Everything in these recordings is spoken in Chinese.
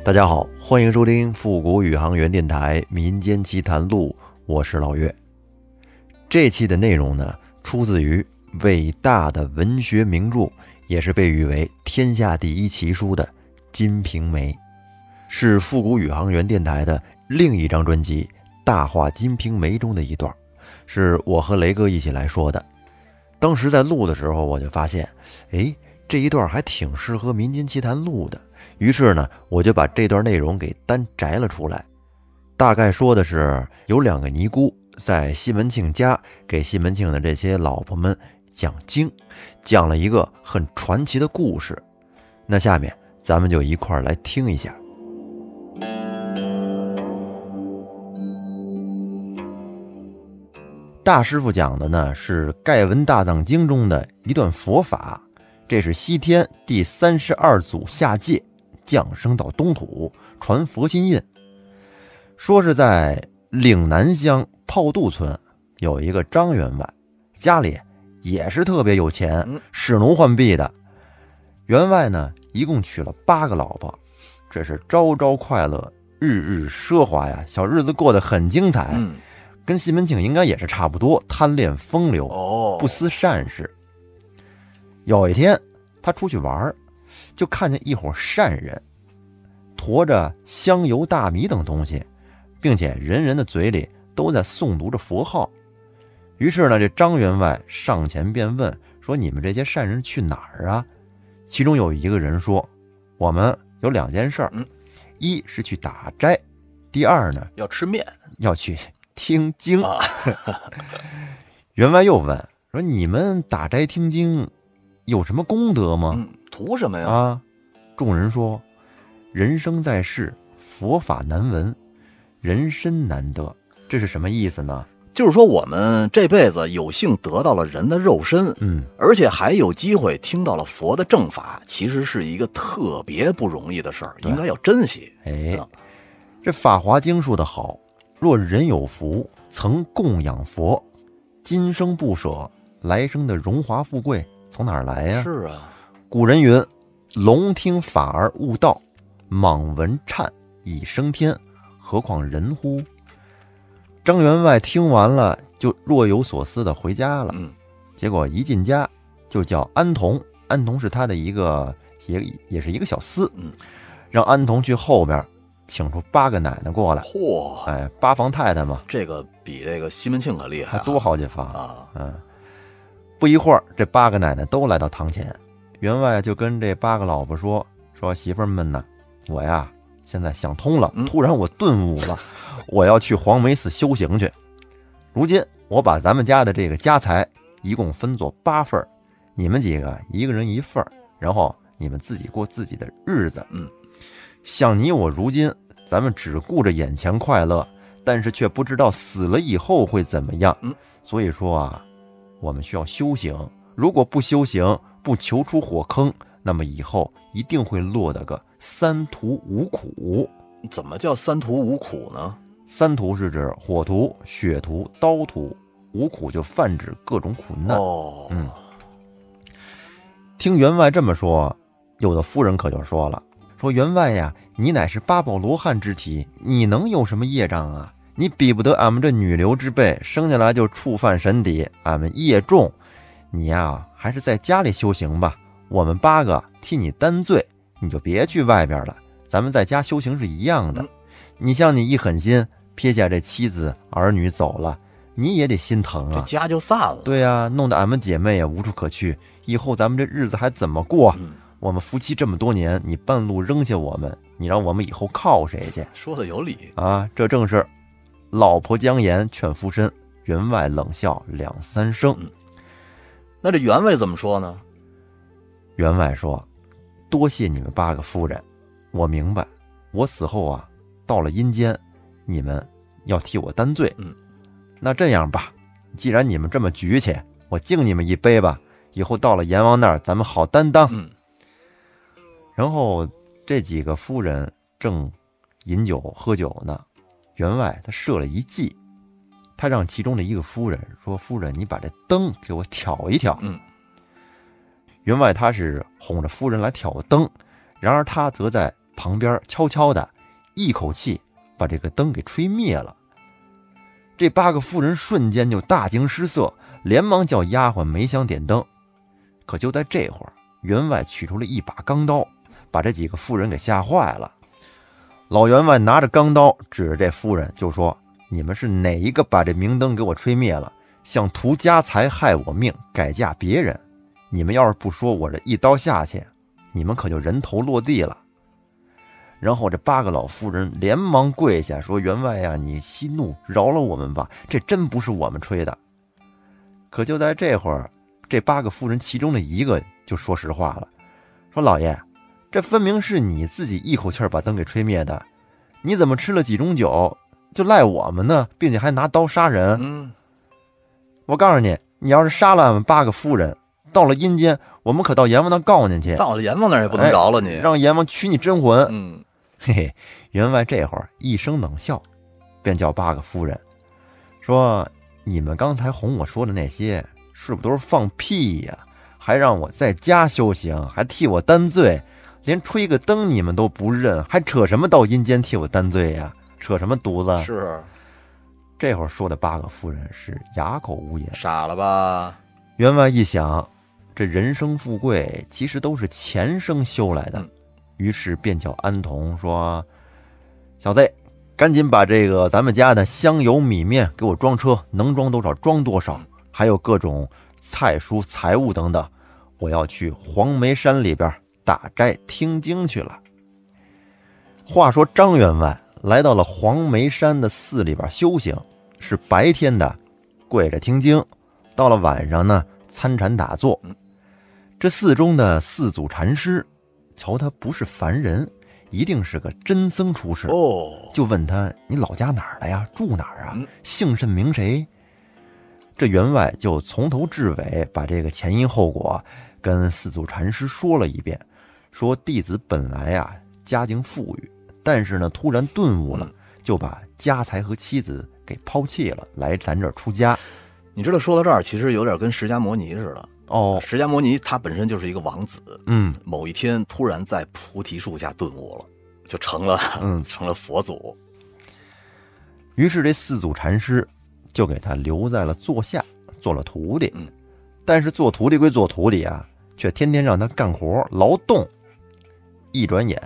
大家好，欢迎收听复古宇航员电台民间奇谈录，我是老岳。这期的内容呢，出自于伟大的文学名著，也是被誉为天下第一奇书的《金瓶梅》，是复古宇航员电台的另一张专辑《大话金瓶梅》中的一段，是我和雷哥一起来说的。当时在录的时候，我就发现，这一段还挺适合民间奇谈录的。于是呢，我就把这段内容给单摘了出来。大概说的是，有两个尼姑在西门庆家给西门庆的这些老婆们讲经，讲了一个很传奇的故事。那下面咱们就一块儿来听一下。大师傅讲的呢是《盖文大藏经》中的一段佛法，这是西天第32祖下界降生到东土传佛心印。说是在岭南乡炮渡村有一个张员外，家里也是特别有钱，使奴换婢的。员外呢一共娶了8个老婆，这是朝朝快乐，日日奢华呀，小日子过得很精彩。跟西门庆应该也是差不多，贪恋风流，不思善事。有一天他出去玩，就看见一伙善人驮着香油大米等东西，并且人人的嘴里都在诵读着佛号。于是呢，这张员外上前便问说，你们这些善人去哪儿啊？其中有一个人说，我们有2件事，一是去打斋，第二呢要吃面， 要去听经。员外又问说，你们打斋听经有什么功德吗？ 图什么呀？ 众人说，人生在世，佛法难闻，人身难得。这是什么意思呢？ 就是说我们这辈子有幸得到了人的肉身，而且还有机会听到了佛的正法，其实是一个特别不容易的事儿，应该要珍惜。 这法华经说得好，若人有福，曾供养佛，今生不舍，来生的荣华富贵从哪儿来呀？ 是啊， 古人云，龙听法而悟道，蟒闻颤以升天，何况人乎？张员外听完了就若有所思的回家了。结果一进家就叫安童，安童是他的一个也是一个小厮，让安童去后边请出8个奶奶过来。八房太太嘛， 这个比这个西门庆可厉害， 还多好几房。不一会儿，这8个奶奶都来到堂前，员外就跟这8个老婆说媳妇儿们呢，我呀现在想通了，突然我顿悟了，我要去黄梅寺修行去。如今我把咱们家的这个家财一共分作8份，你们几个一个人1份，然后你们自己过自己的日子。像你我如今，咱们只顾着眼前快乐，但是却不知道死了以后会怎么样。所以说啊，我们需要修行，如果不修行，不求出火坑，那么以后一定会落得个3途5苦。 怎么叫3途5苦呢 ？3途是指火途、血途、刀途，5苦就泛指各种苦难。听员外这么说，有的夫人可就说了，说员外呀，你乃是8宝罗汉之体，你能有什么业障啊？你比不得俺们这女流之辈，生下来就触犯神底，俺们业重。你呀，还是在家里修行吧，我们8个替你担罪，你就别去外边了，咱们在家修行是一样的。你像你一狠心撇下这妻子儿女走了，你也得心疼啊， 这家就散了。 对啊，弄得俺们姐妹也无处可去，以后咱们这日子还怎么过？我们夫妻这么多年，你半路扔下我们，你让我们以后靠谁去？ 说的有理啊，这正是老婆将言劝夫身，员外冷笑2、3声。 那这员外怎么说呢？ 员外说，多谢你们8个夫人，我明白，我死后啊，到了阴间，你们要替我担罪。那这样吧，既然你们这么举起，我敬你们一杯吧，以后到了阎王那儿，咱们好担当。然后这几个夫人正饮酒喝酒呢，员外他设了一计，他让其中的一个夫人说，夫人你把这灯给我挑一挑。员外他是哄着夫人来挑灯，然而他则在旁边悄悄的一口气把这个灯给吹灭了。这8个妇人瞬间就大惊失色，连忙叫丫鬟梅香点灯。可就在这会儿，员外取出了一把钢刀，把这几个妇人给吓坏了。老员外拿着钢刀指着这妇人就说：你们是哪一个把这明灯给我吹灭了，想图家财害我命，改嫁别人？你们要是不说，我这一刀下去，你们可就人头落地了。然后这8个老妇人连忙跪下说：员外呀，你息怒，饶了我们吧，这真不是我们吹的。可就在这会儿，这8个妇人其中的一个就说实话了，说：老爷，这分明是你自己一口气把灯给吹灭的，你怎么吃了几盅酒就赖我们呢，并且还拿刀杀人？我告诉你，你要是杀了俺们8个妇人，到了阴间，我们可到阎王那告你去。 到了阎王那儿也不能饶了你， 让阎王取你真魂。嘿嘿，员外这会儿一声冷笑，便叫8个夫人说：你们刚才哄我说的那些，是不是都是放屁呀？还让我在家修行，还替我担罪，连吹个灯你们都不认，还扯什么到阴间替我担罪呀？扯什么犊子？ 是。 这会儿说的8个夫人是哑口无言。 傻了吧？ 员外一想，这人生富贵其实都是前生修来的，于是便叫安童说：小子，赶紧把这个咱们家的香油米面给我装车，能装多少装多少，还有各种菜蔬财物等等，我要去黄梅山里边打斋听经去了。话说张员外来到了黄梅山的寺里边修行，是白天的跪着听经，到了晚上呢参禅打坐。这寺中的寺祖禅师瞧他不是凡人，一定是个真僧出世，就问他：你老家哪儿的呀？住哪儿啊？姓甚名谁？这员外就从头至尾把这个前因后果跟寺祖禅师说了一遍，说弟子本来啊家境富裕，但是呢突然顿悟了，就把家财和妻子给抛弃了，来咱这儿出家。 你知道说到这儿，其实有点跟释迦摩尼似的。释迦摩尼他本身就是一个王子，某一天突然在菩提树下顿悟了，就成了佛祖。 于是这寺祖禅师就给他留在了座下，做了徒弟。但是做徒弟归做徒弟啊，却天天让他干活劳动。一转眼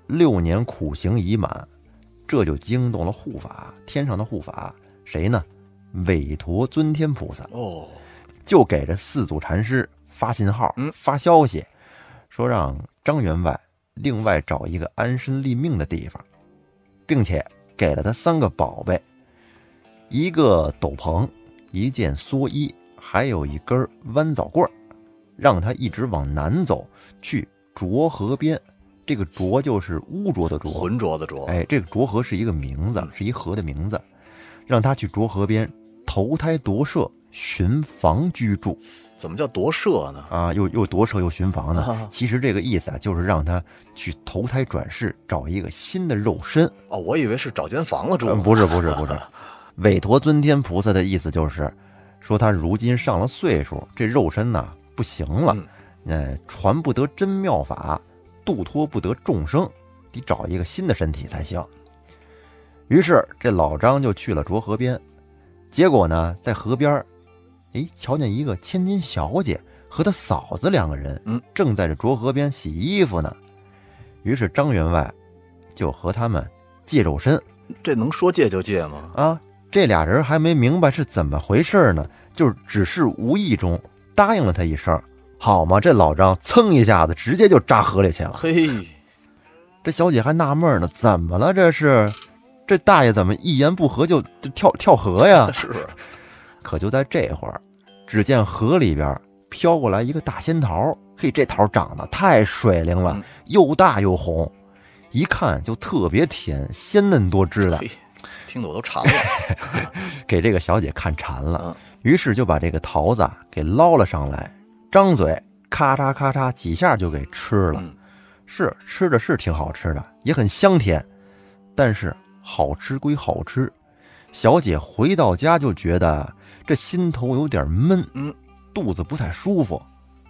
6年苦行已满，这就惊动了护法，天上的护法谁呢？韦陀尊天菩萨。就给这寺祖禅师发信号，发消息，说让张员外另外找一个安身立命的地方，并且给了他3个宝贝，一个斗篷，一件蓑衣，还有一根弯枣棍，让他一直往南走，去浊河边。这个浊就是污浊的浊， 浑浊的浊。 这个浊河是一个名字，是一河的名字，让他去浊河边投胎夺舍，寻房居住。 怎么叫夺舍呢？ 又夺舍又寻房呢？其实这个意思就是让他去投胎转世，找一个新的肉身。 我以为是找间房子住。 不是。韦陀尊天菩萨的意思就是说，他如今上了岁数，这肉身呢不行了，传不得真妙法，度脱不得众生，得找一个新的身体才行。于是这老张就去了浊河边，结果呢在河边瞧见一个千金小姐和她嫂子2个人正在这浊河边洗衣服呢。于是张员外就和他们借肉身。 这能说借就借吗？ 这俩人还没明白是怎么回事呢，就是只是无意中答应了他一声，好嘛，这老张蹭一下子直接就扎河里去了。 嘿， 这小姐还纳闷呢，怎么了这是？这大爷怎么一言不合就跳河呀？ 是。 可就在这会儿，只见河里边飘过来一个大仙桃，这桃长得太水灵了，又大又红，一看就特别甜，鲜嫩多汁的。 听得我都馋了。 给这个小姐看馋了，于是就把这个桃子给捞了上来，张嘴咔嚓咔嚓几下就给吃了。是吃的是挺好吃的，也很香甜，但是好吃归好吃，小姐回到家就觉得这心头有点闷，肚子不太舒服。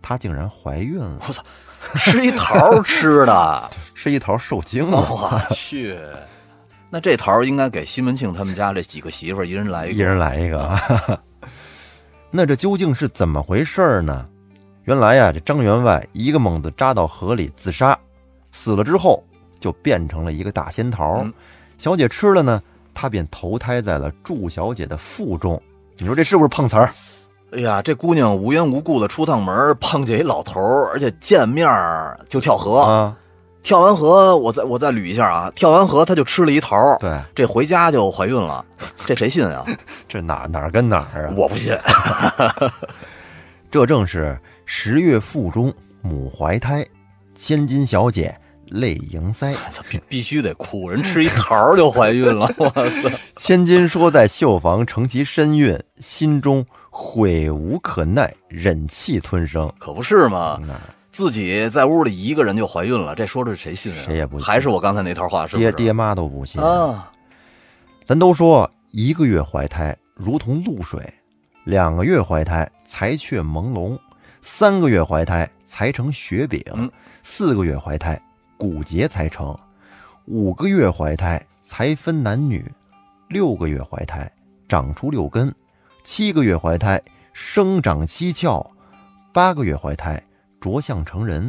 她竟然怀孕了。 我操，吃一桃吃的， 吃一桃受精了。 我去，那这桃应该给西门庆他们家这几个媳妇儿一人来一个， 一人来一个。那这究竟是怎么回事呢？原来呀，这张员外一个猛子扎到河里自杀，死了之后就变成了一个大仙桃。小姐吃了呢，她便投胎在了祝小姐的腹中。你说这是不是碰瓷儿？ 哎呀，这姑娘无缘无故的出趟门，碰见一老头，而且见面就跳河啊！ 跳完河，我再捋一下啊！跳完河，她就吃了一桃， 对， 这回家就怀孕了，这谁信啊？ 这哪儿跟哪儿啊？ 我不信。 这正是10月腹中母怀胎，千金小姐泪盈腮。 必须得哭，人吃一桃就怀孕了，哇塞！ 千金说在绣房承其身孕，心中悔无可奈，忍气吞声。 可不是嘛，自己在屋里一个人就怀孕了，这说的是谁信啊？ 谁也不信。 还是我刚才那套话，是不是？ 爹妈都不信啊。 咱都说1个月怀胎如同露水，2个月怀胎才却朦胧，3个月怀胎才成雪饼，4个月怀胎骨节才成，5个月怀胎才分男女，6个月怀胎长出6根，7个月怀胎生长7窍，8个月怀胎着相成人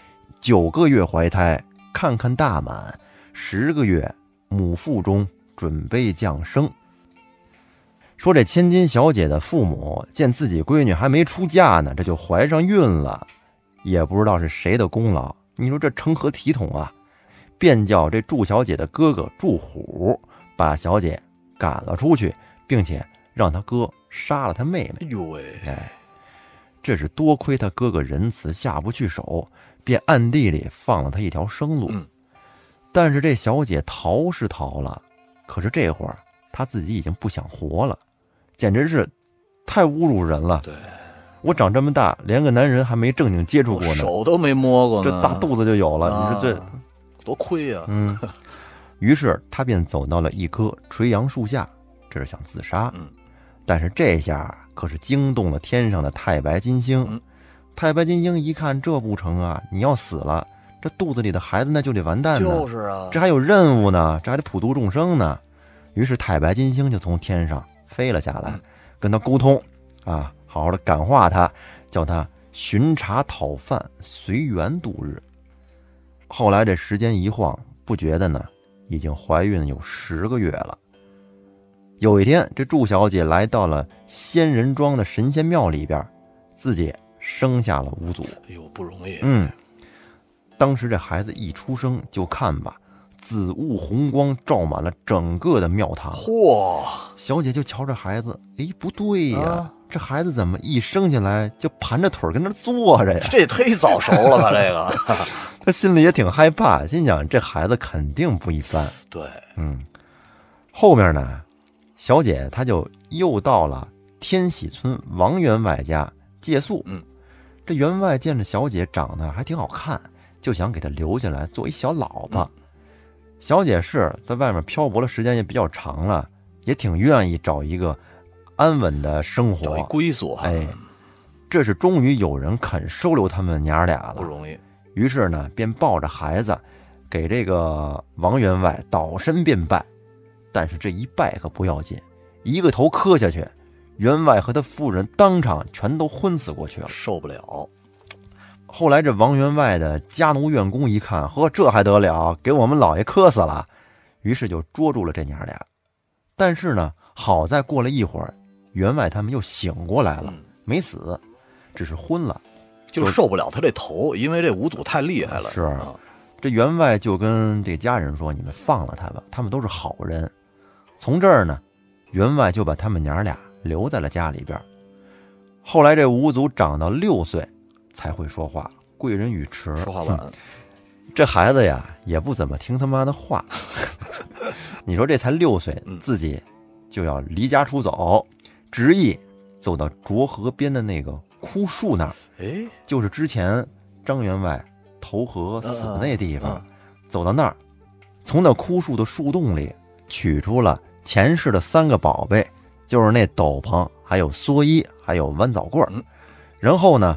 ，9个月怀胎看看大满，10个月母腹中准备降生。说这千金小姐的父母见自己闺女还没出嫁呢，这就怀上孕了，也不知道是谁的功劳。你说这成何体统啊？便叫这祝小姐的哥哥祝虎把小姐赶了出去，并且让他哥杀了他妹妹。 哎呦喂！ 这是多亏他哥哥仁慈，下不去手，便暗地里放了他一条生路。但是这小姐逃是逃了，可是这会儿她自己已经不想活了，简直是太侮辱人了。 对， 我长这么大连个男人还没正经接触过呢， 手都没摸过呢， 这大肚子就有了，你说这多亏呀！ 于是他便走到了一棵垂杨树下，这是想自杀。但是这下可是惊动了天上的太白金星。太白金星一看这不成啊，你要死了，这肚子里的孩子那就得完蛋呢。 就是啊， 这还有任务呢，这还得普度众生呢。于是太白金星就从天上飞了下来，跟他沟通啊，好好的感化他，叫他巡查讨饭，随缘度日。后来这时间一晃，不觉得呢，已经怀孕有10个月了。有一天，这祝小姐来到了仙人庄的神仙庙里边，自己生下了五祖。 哎呦，不容易。 当时这孩子一出生就看吧，紫雾红光照满了整个的庙堂。 嚯！ 小姐就瞧着孩子，哎，不对呀，这孩子怎么一生下来就盘着腿跟那坐着呀？ 这也忒早熟了吧？这个， 他心里也挺害怕，心想这孩子肯定不一般。 对， 后面呢，小姐她就又到了天喜村王员外家借宿。这员外见着小姐长得还挺好看，就想给她留下来做一小老婆。小姐是在外面漂泊的时间也比较长了，也挺愿意找一个安稳的生活， 找一归宿。 这是终于有人肯收留他们娘俩了， 不容易。 于是呢，便抱着孩子给这个王员外倒身便拜。但是这一拜可不要紧，一个头磕下去，员外和他夫人当场全都昏死过去了， 受不了。 后来这王员外的家奴院工一看，呵，这还得了，给我们老爷磕死了，于是就捉住了这娘俩。但是呢，好在过了一会儿，员外他们又醒过来了，没死，只是昏了， 就受不了他这头，因为这五祖太厉害了。 是，这员外就跟这家人说：“你们放了他吧，他们都是好人。”从这儿呢，员外就把他们娘俩留在了家里边。后来这五祖长到6岁才会说话，贵人语迟， 说话晚。 这孩子呀，也不怎么听他妈的话。你说这才6岁，自己就要离家出走，执意走到涿河边的那个枯树那儿，就是之前张员外投河死的那地方，走到那儿，从那枯树的树洞里取出了前世的3个宝贝，就是那斗篷，还有蓑衣，还有弯枣棍。然后呢，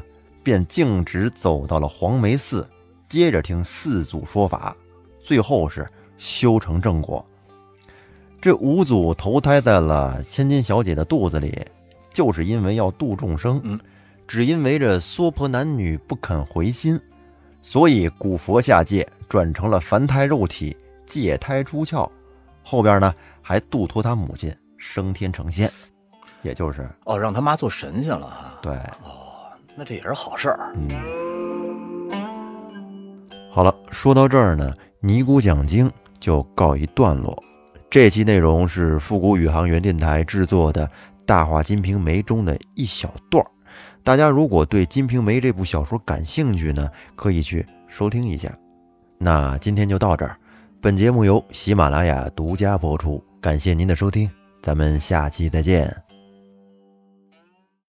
便径直走到了黄梅寺，接着听四祖说法，最后是修成正果。这五祖投胎在了千金小姐的肚子里，就是因为要度众生，只因为这娑婆男女不肯回心，所以古佛下界转成了凡胎肉体，借胎出窍，后边呢还度脱他母亲升天成仙，也就是让他妈做神仙了哈。 对， 那这也是好事儿。 好了，说到这儿呢，尼姑讲经就告一段落。这期内容是复古宇航员电台制作的《大话金瓶梅》中的一小段，大家如果对《金瓶梅》这部小说感兴趣呢，可以去收听一下。那今天就到这儿，本节目由喜马拉雅独家播出，感谢您的收听，咱们下期再见。